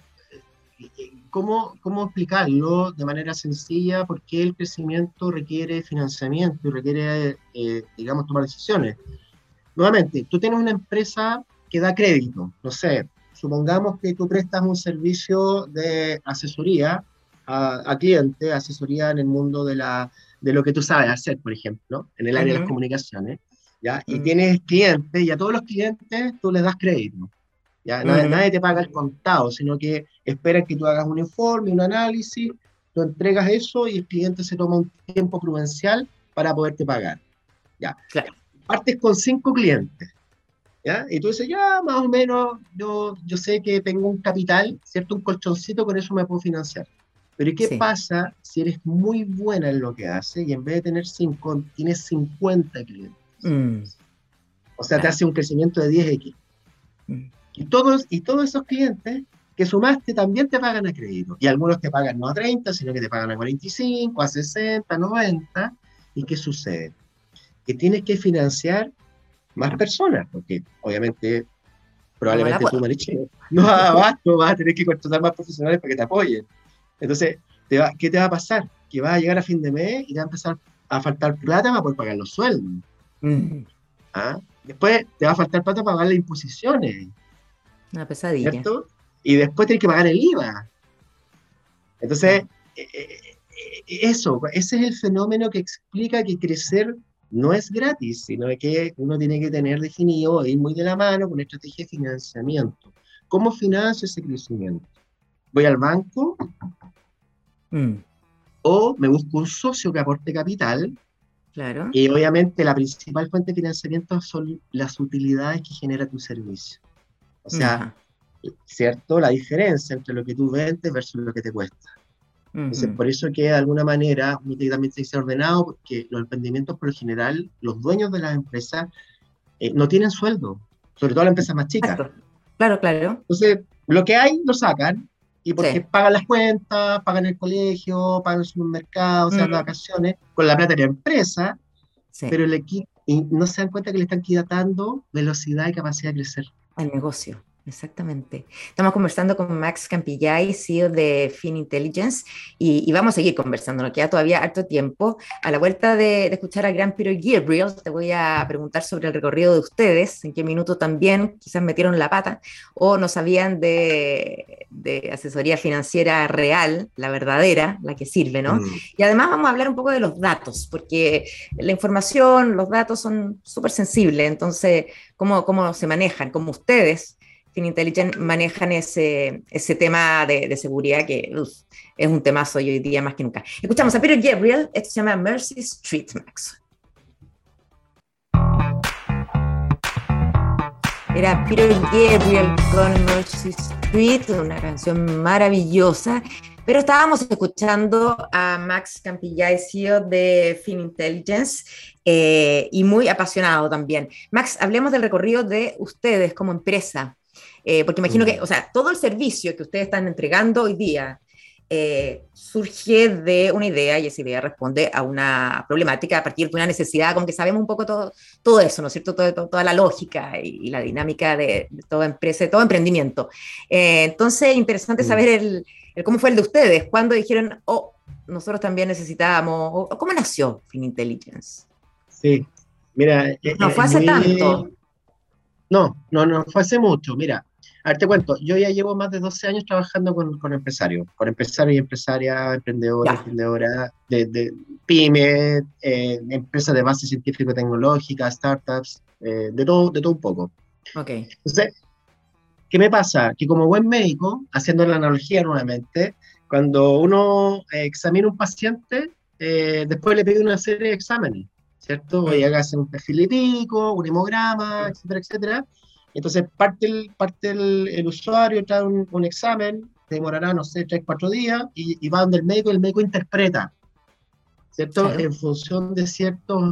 cómo explicarlo de manera sencilla, por qué el crecimiento requiere financiamiento y requiere, digamos, tomar decisiones. Nuevamente, tú tienes una empresa que da crédito, no sé, supongamos que tú prestas un servicio de asesoría a cliente, asesoría en el mundo de lo que tú sabes hacer, por ejemplo, en el área de las Ujú, comunicaciones, ¿ya? Y ujú, tienes clientes y a todos los clientes tú les das crédito. ¿Ya? ujú. Nadie te paga el contado, sino que esperan que tú hagas un informe, un análisis, tú entregas eso y el cliente se toma un tiempo prudencial para poderte pagar. ¿Ya? Claro. Partes con 5 clientes. ¿Ya? Y tú dices, ya, más o menos, yo sé que tengo un capital, ¿cierto? Un colchoncito, con eso me puedo financiar. Pero ¿y qué Sí. pasa si eres muy buena en lo que haces y en vez de tener 5, tienes 50 clientes? Mm, O sea, te claro. hace un crecimiento de 10x. Mm, Y todos esos clientes que sumaste también te pagan a crédito. Y algunos te pagan no a 30, sino que te pagan a 45, a 60, 90. ¿Y qué sucede? Que tienes que financiar más personas, porque obviamente, no la probablemente tú, puedo. Marichel, no da abasto, vas a tener que contratar más profesionales para que te apoyen. Entonces, ¿qué te va a pasar? Que vas a llegar a fin de mes y te va a empezar a faltar plata para poder pagar los sueldos. Mm, ¿Ah? Después te va a faltar plata para pagar las imposiciones, una pesadilla. ¿cierto? Y después tienes que pagar el IVA. Entonces, Claro. ese es el fenómeno que explica que crecer no es gratis, sino que uno tiene que tener definido, ir muy de la mano con una estrategia de financiamiento. ¿Cómo financio ese crecimiento? ¿Voy al banco Mm, o me busco un socio que aporte capital? claro. Y obviamente la principal fuente de financiamiento son las utilidades que genera tu servicio. O sea, Ajá. ¿cierto? La diferencia entre lo que tú vendes versus lo que te cuesta. Entonces, Ujú. por eso que de alguna manera uno tiene que también tiene que ser ordenado, porque los emprendimientos, por lo general, los dueños de las empresas no tienen sueldo, sobre todo las empresas más chicas. Exacto. Claro, claro. Entonces, lo que hay lo sacan, y porque Sí. pagan las cuentas, pagan el colegio, pagan el supermercado, se dan de Mm, vacaciones, con la plata de la empresa, sí. pero y no se dan cuenta que le están quitando velocidad y capacidad de crecer. Al negocio, exactamente. Estamos conversando con Max Campillay, CEO de Fin Intelligence, y vamos a seguir conversando. Nos queda todavía harto tiempo. A la vuelta de escuchar al gran Peter Gabriel, te voy a preguntar sobre el recorrido de ustedes, en qué minuto también quizás metieron la pata o no sabían de asesoría financiera real, la verdadera, la que sirve, ¿no? Mm. Y además vamos a hablar un poco de los datos, porque la información, los datos son súper sensibles, entonces cómo se manejan, cómo ustedes, Finintelligent, manejan ese tema de seguridad que es un temazo hoy día más que nunca. Escuchamos a Peter Gabriel, esto se llama Mercy Street, Max. Era Peter Gabriel con Mercy Street, una canción maravillosa. Pero estábamos escuchando a Max Campillay, CEO de Finintelligence, y muy apasionado también. Max, hablemos del recorrido de ustedes como empresa, porque imagino que, Mm. o sea, todo el servicio que ustedes están entregando hoy día surge de una idea y esa idea responde a una problemática a partir de una necesidad, como que sabemos un poco todo eso, ¿no es cierto? Toda la lógica y la dinámica de toda empresa, de todo emprendimiento. Entonces, interesante Mm. saber el cómo fue el de ustedes, cuando dijeron, oh, nosotros también necesitábamos, o cómo nació Finintelligence. Sí, mira, No es fue hace muy. tanto. No, fue hace mucho. Mira, a ver, te cuento, yo ya llevo más de 12 años trabajando con empresarios y empresarias, emprendedores, Ya, emprendedoras de pymes, empresas de base científico-tecnológica, startups, de todo un poco. ok. Entonces, ¿qué me pasa? Que como buen médico, haciendo la analogía nuevamente, cuando uno examina un paciente, después le pide una serie de exámenes, ¿cierto? Oye, Mm, hágase un perfil lipídico, un hemograma, etcétera, etcétera. Entonces parte el usuario, trae un examen, se demorará, no sé, 3, 4 días, y va donde y el médico interpreta, ¿cierto? Claro. En función de ciertos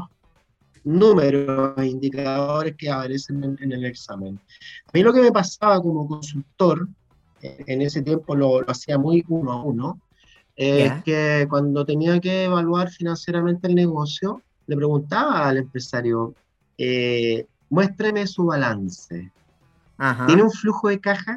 números e indicadores que aparecen en el examen. A mí lo que me pasaba como consultor, en ese tiempo lo hacía muy uno a uno, Ya. que cuando tenía que evaluar financieramente el negocio, le preguntaba al empresario, muéstreme su balance. ¿Tiene Ajá. un flujo de caja?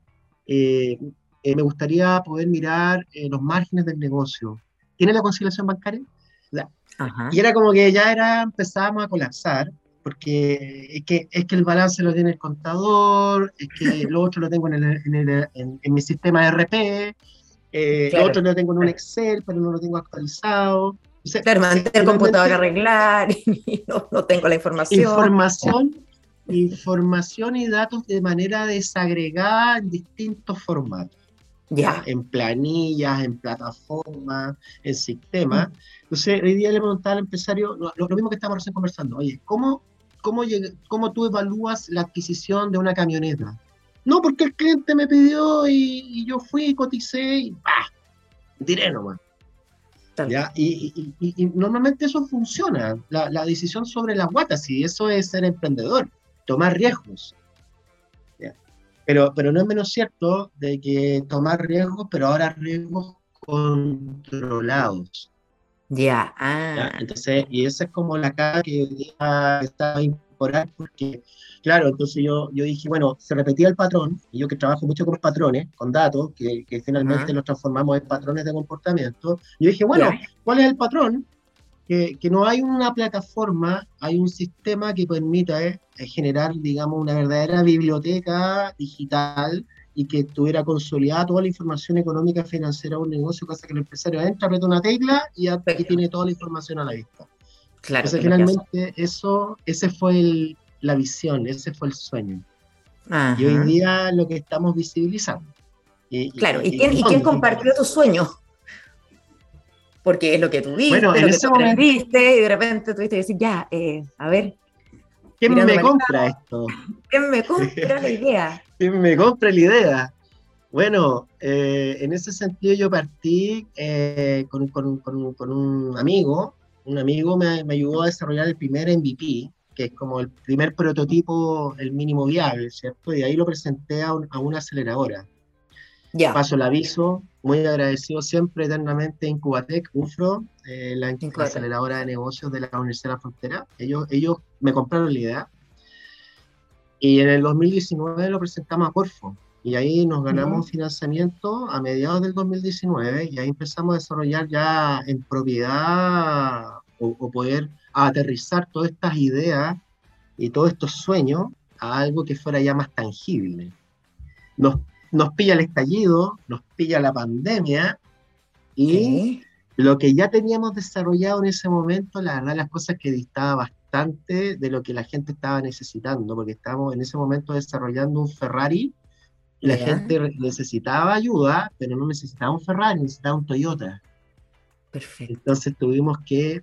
Eh, Me gustaría poder mirar los márgenes del negocio. ¿Tiene la conciliación bancaria? O sea, y Ajá. era como que ya empezábamos a colapsar, porque es que el balance lo tiene el contador, es que lo otro lo tengo en mi sistema ERP, lo Claro. otro lo tengo en un Excel, pero no lo tengo actualizado. Entonces, Claro, mandé el computador a finalmente, arreglar y no tengo la información. información, información y datos de manera desagregada en distintos formatos. ¿Ya? Ya. En planillas, en plataformas, en sistemas. Entonces, hoy día le preguntaba al empresario lo mismo que estamos recién conversando. Oye, ¿cómo tú evalúas la adquisición de una camioneta? No, porque el cliente me pidió y yo fui, coticé y ¡pah! Diré nomás. Tal ¿Ya? cual. Y normalmente eso funciona, la decisión sobre las guatas, y eso es ser emprendedor, tomar riesgos. ¿Ya? Pero no es menos cierto de que tomar riesgos, pero ahora riesgos controlados. Ya. ¿Ya? Ah. Entonces, y esa es como la cara que hoy día está a incorporar, porque, claro, entonces yo dije, bueno, se repetía el patrón, y yo que trabajo mucho con patrones, con datos, que finalmente Ajá. los transformamos en patrones de comportamiento, yo dije, Ya. bueno, ¿cuál es el patrón? Que no hay una plataforma, hay un sistema que permita generar, digamos, una verdadera biblioteca digital y que tuviera consolidada toda la información económica financiera de un negocio, cosa que el empresario entra, aprieta una tecla y Perfecto. tiene toda la información a la vista. Claro Entonces, que es lo que hace. finalmente, ese fue la visión, ese fue el sueño. Y hoy Ajá. día lo que estamos visibilizando. Claro. ¿Y ¿Y quién dónde? compartió tu sueño? Porque es lo que tú Bueno, viste, en lo que tú ese momento, aprendiste, y de repente tuviste que decir, ya, a ver, ¿quién me mirándome al compra lado, esto? ¿quién me compra la idea? ¿Quién me compra la idea? Bueno, en ese sentido yo partí con un amigo. Un amigo me ayudó a desarrollar el primer MVP, que es como el primer prototipo, el mínimo viable, ¿cierto? Y ahí lo presenté a una aceleradora. Ya. Paso el aviso, muy agradecido siempre eternamente a Incubatec, UFRO, la Incubator. aceleradora de negocios de la Universidad de la Frontera. Ellos me compraron la idea. Y en el 2019 lo presentamos a Corfo, y ahí nos Ujú. ganamos financiamiento a mediados del 2019, y ahí empezamos a desarrollar ya en propiedad o poder aterrizar todas estas ideas y todos estos sueños a algo que fuera ya más tangible. Nos, nos pilla el estallido, nos pilla la pandemia, y Sí. lo que ya teníamos desarrollado en ese momento, la verdad, las cosas que distaba bastante de lo que la gente estaba necesitando, porque estábamos en ese momento desarrollando un Ferrari y la Ya. gente necesitaba ayuda, pero no necesitaba un Ferrari, necesitaba un Toyota. Perfecto. Entonces tuvimos que,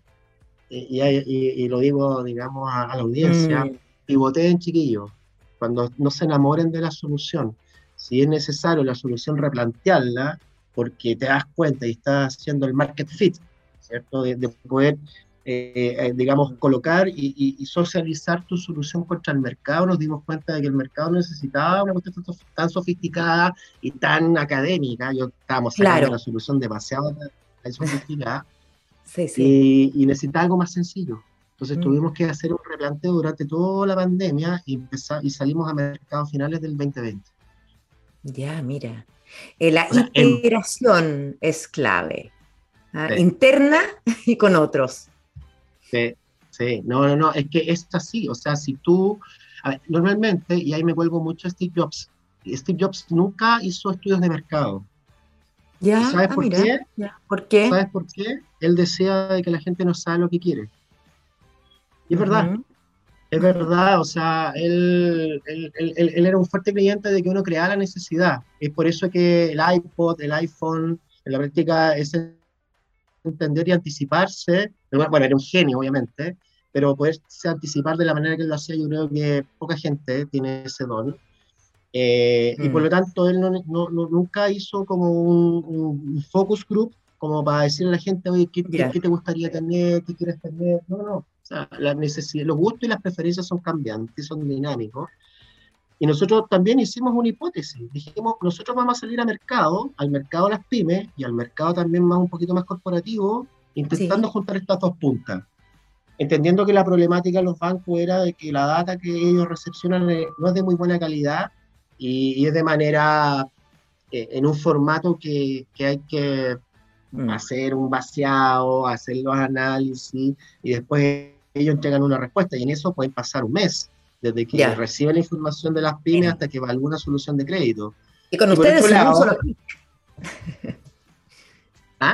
y lo digo, digamos, a la audiencia, Mm, pivoteen, chiquillos, cuando no se enamoren de la solución. Si es necesario la solución replantearla, porque te das cuenta y estás haciendo el market fit, ¿cierto? De poder, digamos, colocar y socializar tu solución contra el mercado. Nos dimos cuenta de que el mercado necesitaba una cuestión tan sofisticada y tan académica. Yo estábamos sacando una claro. solución demasiado sofisticada, Sí, sí. y necesitaba algo más sencillo. Entonces Mm, tuvimos que hacer un replanteo durante toda la pandemia y salimos a mercado finales del 2020. ya, mira. La O sea, integración es clave. ¿Ah? sí, Interna y con otros. sí, sí, no, es que es así. O sea, si tú, a ver, normalmente, y ahí me vuelvo mucho a Steve Jobs, Steve Jobs nunca hizo estudios de mercado. ¿Y Ya, sabes por mira. qué? Ya. ¿Por qué? ¿Sabes por qué? Él decía de que la gente no sabe lo que quiere. Y es verdad. Ujú, Es ujú. verdad, o sea, él era un fuerte creyente de que uno crea la necesidad. Es por eso que el iPod, el iPhone, en la práctica es entender y anticiparse. Bueno, era un genio, obviamente, pero poderse anticipar de la manera que él lo hacía, yo creo que poca gente tiene ese don. Y por lo tanto, él nunca hizo como un focus group como para decirle a la gente, oye, Ya, ¿qué te gustaría tener? ¿Qué quieres tener? No, no, no. O sea, las necesidades, los gustos y las preferencias son cambiantes, son dinámicos. Y nosotros también hicimos una hipótesis. Dijimos, nosotros vamos a salir al mercado de las pymes y al mercado también más un poquito más corporativo, intentando sí, juntar estas dos puntas. Entendiendo que la problemática de los bancos era de que la data que ellos recepcionan no es de muy buena calidad y es de manera, en un formato que hay que mm, hacer un vaciado, hacer los análisis y después ellos entregan una respuesta y en eso pueden pasar un mes, desde que ya. reciben la información de las pymes hasta que va alguna solución de crédito. Y con Y por otro ustedes en un lado, solo clic. ¿ah?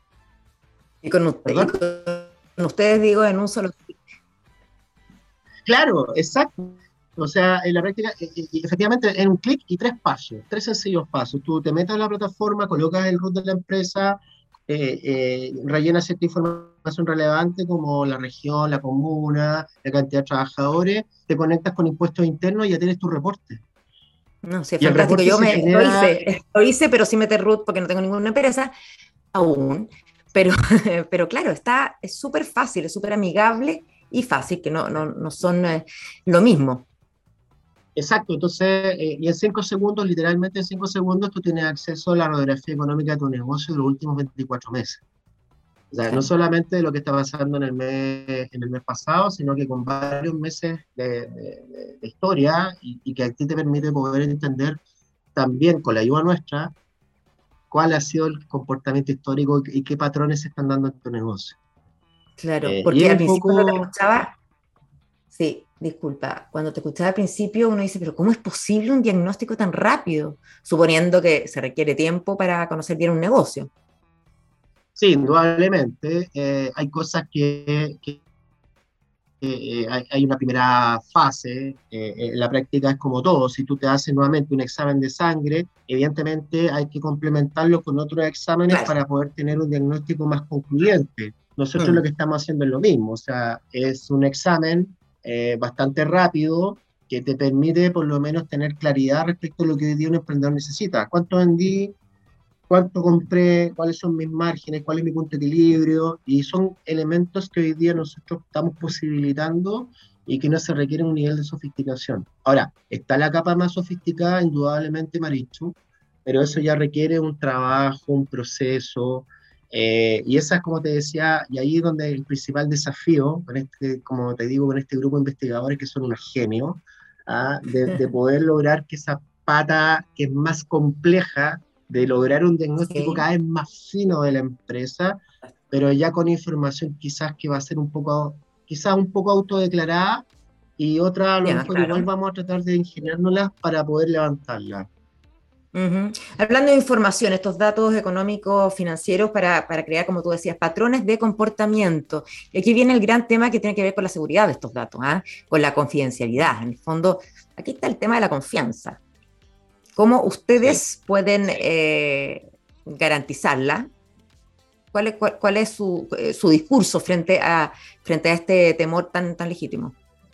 Y ¿Perdón? con ustedes digo en un solo clic. Claro, exacto. O sea, en la práctica, efectivamente, en un clic y tres pasos, tres sencillos pasos. Tú te metes a la plataforma, colocas el root de la empresa, rellenas cierta información relevante como la región, la comuna, la cantidad de trabajadores, te conectas con impuestos internos y ya tienes tu reporte. No, sí, es Y el fantástico. reporte Yo se genera, lo hice, pero sin meter root porque no tengo ninguna empresa aún. Pero, pero claro, es súper fácil, es súper amigable y fácil, que no son lo mismo. exacto, entonces, y en 5 segundos, literalmente en 5 segundos, tú tienes acceso a la radiografía económica de tu negocio de los últimos 24 meses. O sea, no Claro. solamente de lo que está pasando en el mes pasado, sino que con varios meses de historia y que a ti te permite poder entender también con la ayuda nuestra cuál ha sido el comportamiento histórico y qué patrones se están dando en tu negocio. Claro, Y es porque al un principio cuando te poco, escuchaba, sí, disculpa, cuando te escuchaba al principio uno dice, pero ¿cómo es posible un diagnóstico tan rápido? Suponiendo que se requiere tiempo para conocer bien un negocio. sí, indudablemente, hay cosas hay una primera fase, en la práctica es como todo, si tú te haces nuevamente un examen de sangre, evidentemente hay que complementarlo con otros exámenes Claro. para poder tener un diagnóstico más concluyente. Nosotros lo Mm, que estamos haciendo es lo mismo, o sea, es un examen bastante rápido que te permite por lo menos tener claridad respecto a lo que hoy día un emprendedor necesita. ¿Cuánto vendí? ¿Cuánto compré? ¿Cuáles son mis márgenes? ¿Cuál es mi punto de equilibrio? Y son elementos que hoy día nosotros estamos posibilitando y que no se requiere un nivel de sofisticación. Ahora, está la capa más sofisticada, indudablemente, Marichu, pero eso ya requiere un trabajo, un proceso, y esa es como te decía, y ahí es donde el principal desafío, con este, como te digo, con este grupo de investigadores que son unos genios, ¿ah? De poder lograr que esa pata que es más compleja de lograr un diagnóstico sí, cada vez más fino de la empresa, pero ya con información quizás que va a ser quizás un poco autodeclarada y otra a lo ya, mejor igual claro. vamos a tratar de ingeniárnoslas para poder levantarla. Ujú. Hablando de información, estos datos económicos, financieros, para crear, como tú decías, patrones de comportamiento. Y aquí viene el gran tema que tiene que ver con la seguridad de estos datos, ¿ah? Con la confidencialidad. En el fondo, aquí está el tema de la confianza. ¿Cómo Sí. ustedes pueden garantizarla? ¿Cuál es su discurso frente a este temor tan legítimo?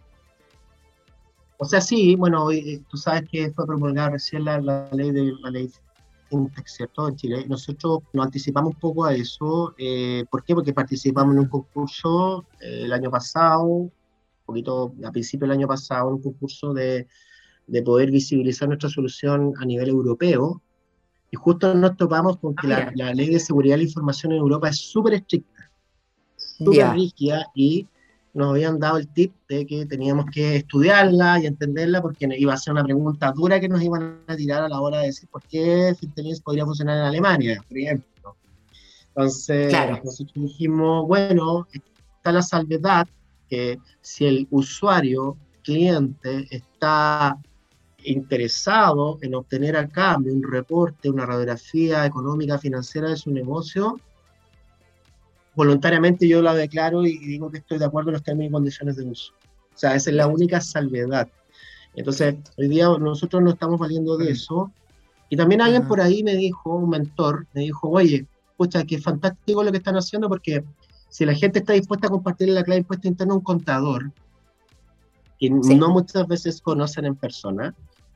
O sea, sí, bueno, tú sabes que fue promulgada recién la ley FinTech, ¿cierto? En Chile. Nosotros nos anticipamos un poco a eso. ¿Por qué? Porque participamos en un concurso el año pasado, un poquito a principio del año pasado, en un concurso de poder visibilizar nuestra solución a nivel europeo. Y justo nos topamos con Ah, que mira, la ley de seguridad de la información en Europa es súper estricta, súper ya, rígida y nos habían dado el tip de que teníamos que estudiarla y entenderla porque iba a ser una pregunta dura que nos iban a tirar a la hora de decir por qué Fintelligence podría funcionar en Alemania, por ejemplo. Entonces, claro. nosotros dijimos, bueno, está la salvedad que si el usuario, cliente, está interesado en obtener a cambio un reporte, una radiografía económica, financiera de su negocio, voluntariamente yo la declaro y digo que estoy de acuerdo en los términos y condiciones de uso. O sea, esa es la Ya, única salvedad. Entonces, perfecto. hoy día nosotros nos estamos valiendo de Mm, eso. Y también alguien ajá, por ahí me dijo, un mentor, me dijo, oye, pucha, qué fantástico lo que están haciendo porque si la gente está dispuesta a compartir la clave de impuesto interno a un contador, que no sí, muchas veces conocen en persona,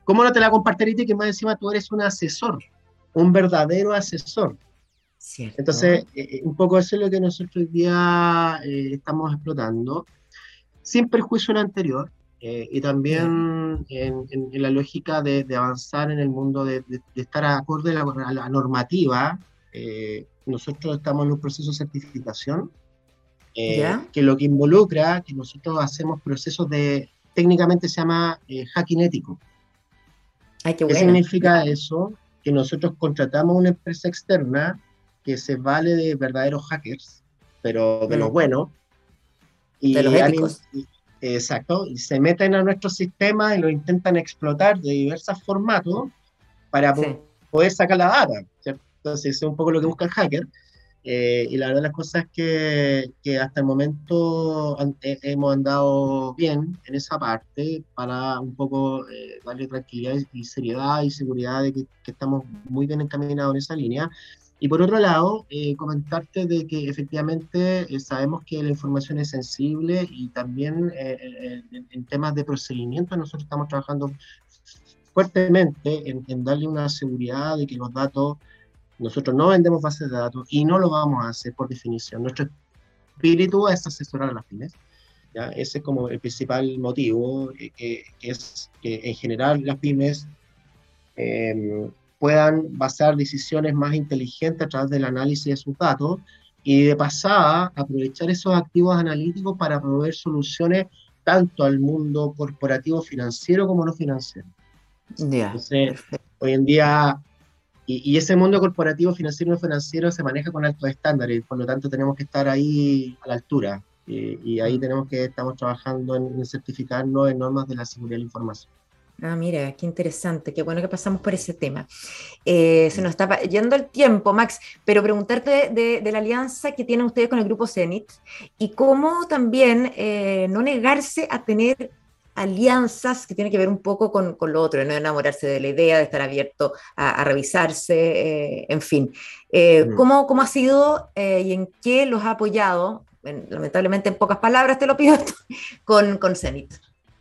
¿Cómo no te la compartiría y que más encima tú eres un asesor, un verdadero asesor? Cierto. Entonces, un poco eso es lo que nosotros hoy día estamos explotando, sin perjuicio en lo anterior, y Ya. también en la lógica de avanzar en el mundo, de estar acorde a la normativa. Nosotros estamos en un proceso de certificación, ¿Ya? que lo que involucra que nosotros hacemos procesos técnicamente se llama hacking ético. Ay, qué ¿Qué bueno. significa eso? Que nosotros contratamos una empresa externa que se vale de verdaderos hackers, pero de lo Mm, bueno, de los y épicos. exacto, y se meten a nuestro sistema y lo intentan explotar de diversos formatos para Sí. poder sacar la data, ¿cierto? Entonces, eso es un poco lo que busca el hacker. Y la verdad las cosas es que hasta el momento hemos andado bien en esa parte para un poco darle tranquilidad y seriedad y seguridad de que estamos muy bien encaminados en esa línea. Y por otro lado, comentarte de que efectivamente sabemos que la información es sensible y también en temas de procedimiento nosotros estamos trabajando fuertemente en darle una seguridad de que los datos, nosotros no vendemos bases de datos y no lo vamos a hacer por definición. Nuestro espíritu es asesorar a las pymes. ¿Ya? Ese es como el principal motivo, que es que en general las pymes puedan basar decisiones más inteligentes a través del análisis de sus datos y de pasada aprovechar esos activos analíticos para proveer soluciones tanto al mundo corporativo financiero como no financiero. Ya, Entonces, perfecto. hoy en día y ese mundo corporativo, financiero y no financiero se maneja con altos estándares, por lo tanto tenemos que estar ahí a la altura. Y ahí Mm. estamos trabajando en certificarnos en normas de la seguridad de la información. Ah, mira, qué interesante, qué bueno que pasamos por ese tema. Se nos está yendo el tiempo, Max, pero preguntarte de la alianza que tienen ustedes con el grupo Zenit y cómo también no negarse a tener alianzas que tienen que ver un poco con lo otro, de no enamorarse de la idea, de estar abierto a revisarse, en fin. Mm. ¿Cómo ha sido y en qué los ha apoyado? Lamentablemente en pocas palabras te lo pido esto, con Zenit.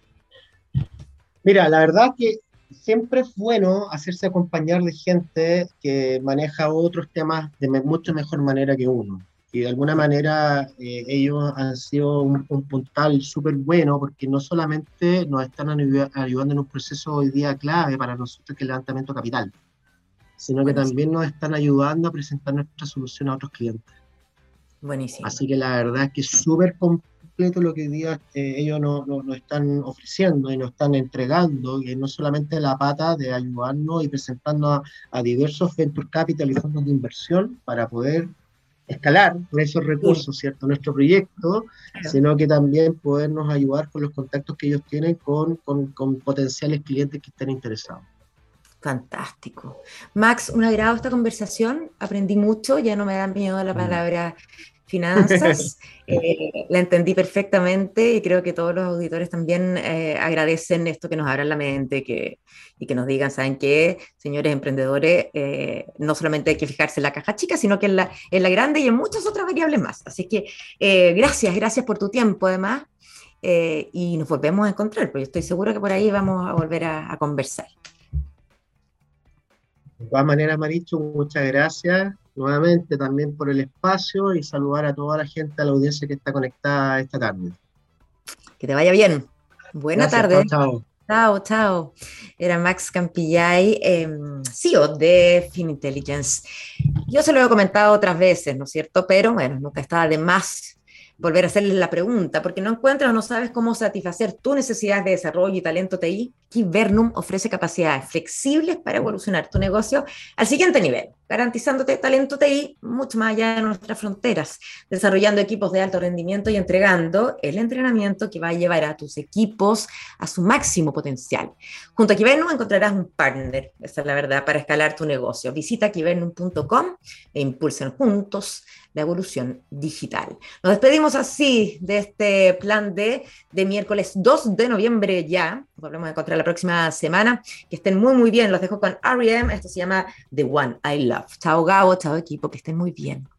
Mira, la verdad que siempre es bueno hacerse acompañar de gente que maneja otros temas de mucho mejor manera que uno. Y de alguna Sí, manera ellos han sido un puntal súper bueno porque no solamente nos están ayudando en un proceso hoy día clave para nosotros que es el levantamiento de capital, sino que buenísimo, también nos están ayudando a presentar nuestra solución a otros clientes. buenísimo. Así que la verdad es que es súper completo lo que hoy día ellos nos están ofreciendo y nos están entregando, y no solamente la pata de ayudarnos y presentando a diversos venture capital y fondos de inversión para poder escalar con esos Sí, recursos, ¿cierto? Nuestro proyecto, claro. sino que también podernos ayudar con los contactos que ellos tienen con potenciales clientes que estén interesados. Fantástico. Max, un agrado esta conversación. Aprendí mucho, ya no me da miedo la Mm. palabra finanzas. La entendí perfectamente y creo que todos los auditores también agradecen esto que nos abran la mente y que nos digan, ¿saben qué? Señores emprendedores, no solamente hay que fijarse en la caja chica, sino que en la grande y en muchas otras variables más. Así que gracias por tu tiempo además. Y nos volvemos a encontrar, porque estoy seguro que por ahí vamos a volver a conversar. De todas maneras, Marichu, muchas gracias nuevamente también por el espacio y saludar a toda la gente, a la audiencia que está conectada esta tarde. Que te vaya bien. Buena Gracias, chao, tarde. chao. Chao, chao. Era Max Campillay, CEO de Finintelligence. Yo se lo he comentado otras veces, ¿no es cierto? Pero bueno, nunca estaba de más volver a hacerles la pregunta, porque no encuentras o no sabes cómo satisfacer tus necesidades de desarrollo y talento TI. Kibernum ofrece capacidades flexibles para evolucionar tu negocio al siguiente nivel, garantizándote talento TI mucho más allá de nuestras fronteras, desarrollando equipos de alto rendimiento y entregando el entrenamiento que va a llevar a tus equipos a su máximo potencial. Junto a Kibernum encontrarás un partner, esa es la verdad, para escalar tu negocio. Visita kibernum.com e impulsen juntos la evolución digital. Nos despedimos así de este plan de miércoles 2 de noviembre ya. Nos volvemos a encontrar la próxima semana. Que estén muy bien. Los dejo con R.E.M. Esto se llama The One I Love. Chao Gabo, chao equipo, que estén muy bien.